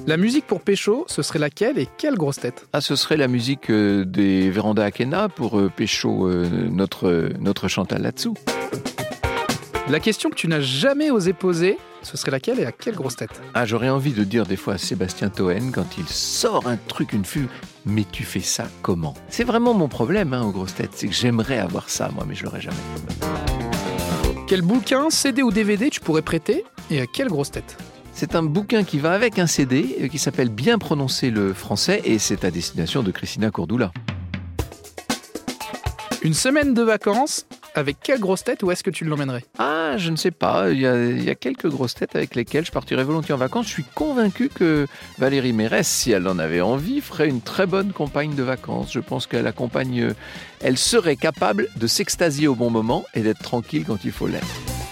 La musique pour pécho, ce serait laquelle et quelle grosse tête? Ah, ce serait la musique des Véranda Akena pour pécho notre Chantal là-dessous. La question que tu n'as jamais osé poser, ce serait laquelle et à quelle grosse tête? Ah, j'aurais envie de dire des fois à Sébastien Toen quand il sort un truc, une fume, mais tu fais ça comment? C'est vraiment mon problème aux grosses têtes, c'est que j'aimerais avoir ça moi, mais je l'aurais jamais. Quel bouquin, CD ou DVD tu pourrais prêter et à quelle grosse tête? C'est un bouquin qui va avec un CD qui s'appelle Bien prononcer le français et c'est à destination de Christina Cordula. Une semaine de vacances, avec quelle grosse tête où est-ce que tu l'emmènerais? Ah, je ne sais pas, il y a quelques grosses têtes avec lesquelles je partirais volontiers en vacances. Je suis convaincu que Valérie Mérès, si elle en avait envie, ferait une très bonne compagne de vacances. Je pense qu'elle elle serait capable de s'extasier au bon moment et d'être tranquille quand il faut l'être.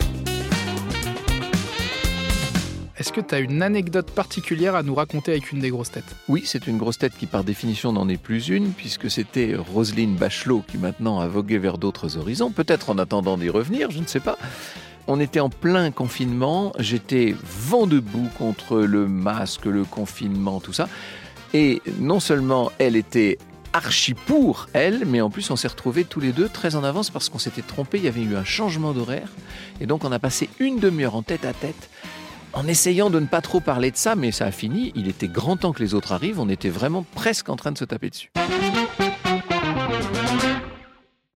Est-ce que tu as une anecdote particulière à nous raconter avec une des grosses têtes? Oui, c'est une grosse tête qui par définition n'en est plus une, puisque c'était Roselyne Bachelot qui maintenant a vogué vers d'autres horizons, peut-être en attendant d'y revenir, je ne sais pas. On était en plein confinement, j'étais vent debout contre le masque, le confinement, tout ça. Et non seulement elle était archi pour elle, mais en plus on s'est retrouvés tous les deux très en avance parce qu'on s'était trompé, il y avait eu un changement d'horaire. Et donc on a passé une demi-heure en tête à tête, en essayant de ne pas trop parler de ça, mais ça a fini. Il était grand temps que les autres arrivent. On était vraiment presque en train de se taper dessus.